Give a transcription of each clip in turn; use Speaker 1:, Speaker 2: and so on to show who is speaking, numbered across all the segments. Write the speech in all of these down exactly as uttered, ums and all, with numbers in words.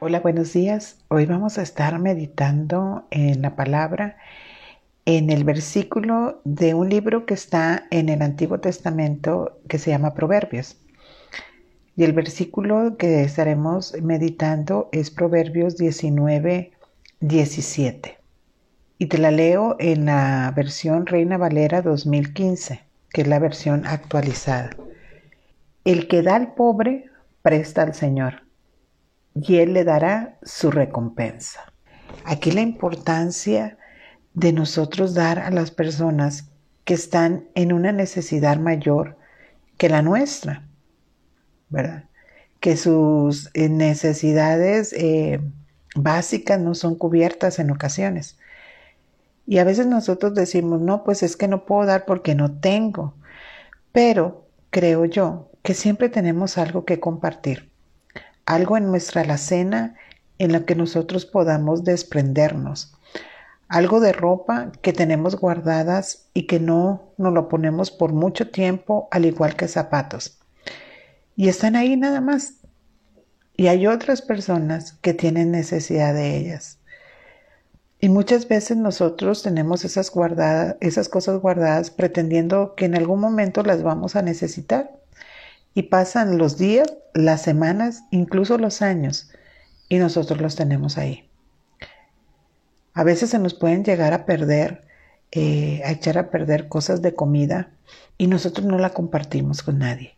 Speaker 1: Hola, buenos días. Hoy vamos a estar meditando en la palabra, en el versículo de un libro que está en el Antiguo Testamento que se llama Proverbios. Y el versículo que estaremos meditando es Proverbios diecinueve, diecisiete. Y te la leo en la versión Reina Valera dos mil quince, que es la versión actualizada. El que da al pobre, presta al Señor, y Él le dará su recompensa. Aquí la importancia de nosotros dar a las personas que están en una necesidad mayor que la nuestra, ¿verdad? Que sus necesidades eh, básicas no son cubiertas en ocasiones. Y a veces nosotros decimos, no, pues es que no puedo dar porque no tengo. Pero creo yo que siempre tenemos algo que compartir. Algo en nuestra alacena en la que nosotros podamos desprendernos. Algo de ropa que tenemos guardadas y que no nos lo ponemos por mucho tiempo, al igual que zapatos. Y están ahí nada más. Y hay otras personas que tienen necesidad de ellas. Y muchas veces nosotros tenemos esas, guardadas, esas cosas guardadas pretendiendo que en algún momento las vamos a necesitar. Y pasan los días, las semanas, incluso los años, y nosotros los tenemos ahí. A veces se nos pueden llegar a perder, eh, a echar a perder cosas de comida y nosotros no la compartimos con nadie.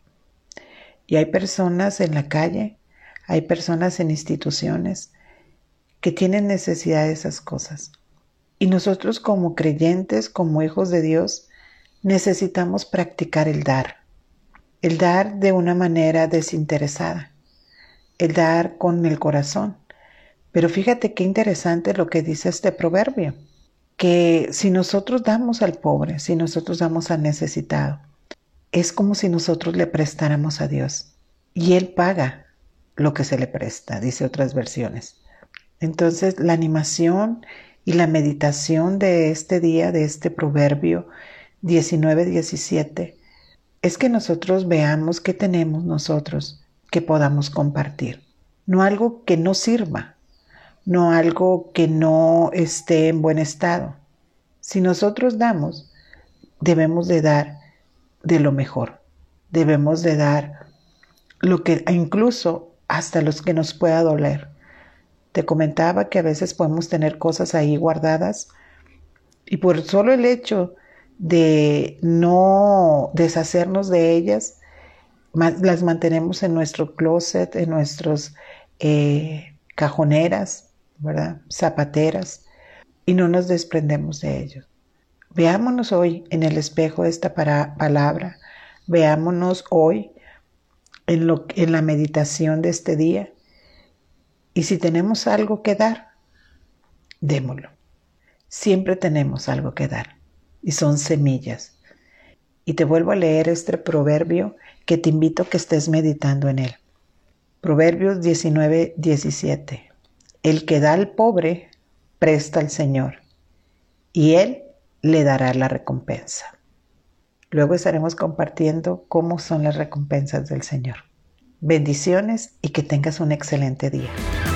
Speaker 1: Y hay personas en la calle, hay personas en instituciones que tienen necesidad de esas cosas. Y nosotros como creyentes, como hijos de Dios, necesitamos practicar el dar. El dar de una manera desinteresada. El dar con el corazón. Pero fíjate qué interesante lo que dice este proverbio. Que si nosotros damos al pobre, si nosotros damos al necesitado, es como si nosotros le prestáramos a Dios. Y Él paga lo que se le presta, dice otras versiones. Entonces la animación y la meditación de este día, de este proverbio diecinueve diecisiete, es que nosotros veamos qué tenemos nosotros que podamos compartir. No algo que no sirva, no algo que no esté en buen estado. Si nosotros damos, debemos de dar de lo mejor. Debemos de dar lo que incluso hasta los que nos pueda doler. Te comentaba que a veces podemos tener cosas ahí guardadas y por solo el hecho de no deshacernos de ellas, las mantenemos en nuestro closet, en nuestras eh, cajoneras, ¿verdad? Zapateras, y no nos desprendemos de ellos. Veámonos hoy en el espejo de esta para, palabra, veámonos hoy en, lo, en la meditación de este día, y si tenemos algo que dar, démoslo. Siempre tenemos algo que dar, y son semillas. Y te vuelvo a leer este proverbio que te invito a que estés meditando en él. Proverbios diecinueve diecisiete. El que da al pobre, presta al Señor, y Él le dará la recompensa. Luego estaremos compartiendo cómo son las recompensas del Señor. Bendiciones y que tengas un excelente día.